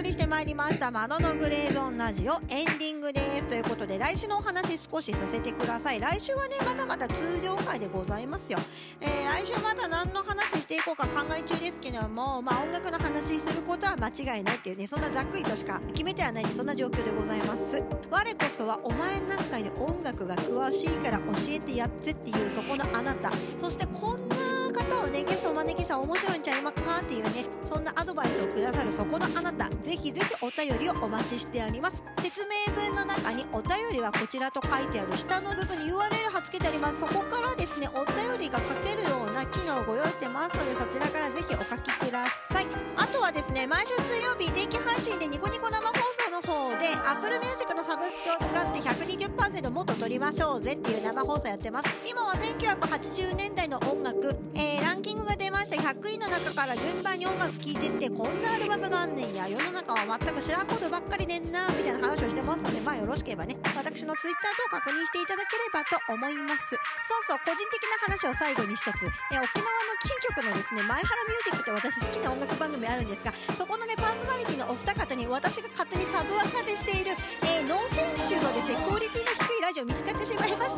りしてまいりました窓のグレーゾーンラジオエンディングです。ということで来週のお話少しさせてください。来週はねまだまだ通常回でございますよ。来週まだ何の話していこうか考え中ですけども、音楽の話することは間違いないっていうね、そんなざっくりとしか決めてはないんで、そんな状況でございます。我こそはお前なんかに音楽が詳しいから教えてやってっていうそこのあなた、そしてこんな方をねゲストお招きしたら面白いんちゃいますかっていうね、そんなアドバイスをくださるそこのあなた、ぜひぜひお便りをお待ちしております。説明文の中にお便りはこちらと書いてある下の部分に URL 貼っつけてあります。そこからですねお便りが書けるような機能をご用意してますので、そちらからぜひお書きください。あとはですね、毎週水曜日定期配信でニコニコ生放送の方で Apple Music のサブスクを使って 120% もっと取りましょうぜっていう生放送やってます。今は1980年代の音楽、ランキングが出ました。100位の中から順番に音楽聴いてって、こんなアルバムがあんねんや、世の中は全く知らんことばっかりねんなみたいな話をしてますので、よろしければね私の Twitter 等を確認していただければと思います。そう個人的な話を最後に一つ、沖縄のキー局のですね前原ミュージックって私好きな音楽番組あるんですが、そこのねパーソナリティのお二方に私が勝手にサブアカでしている、ノン編集のですねクオリティの低いラジオ見つかってしまいました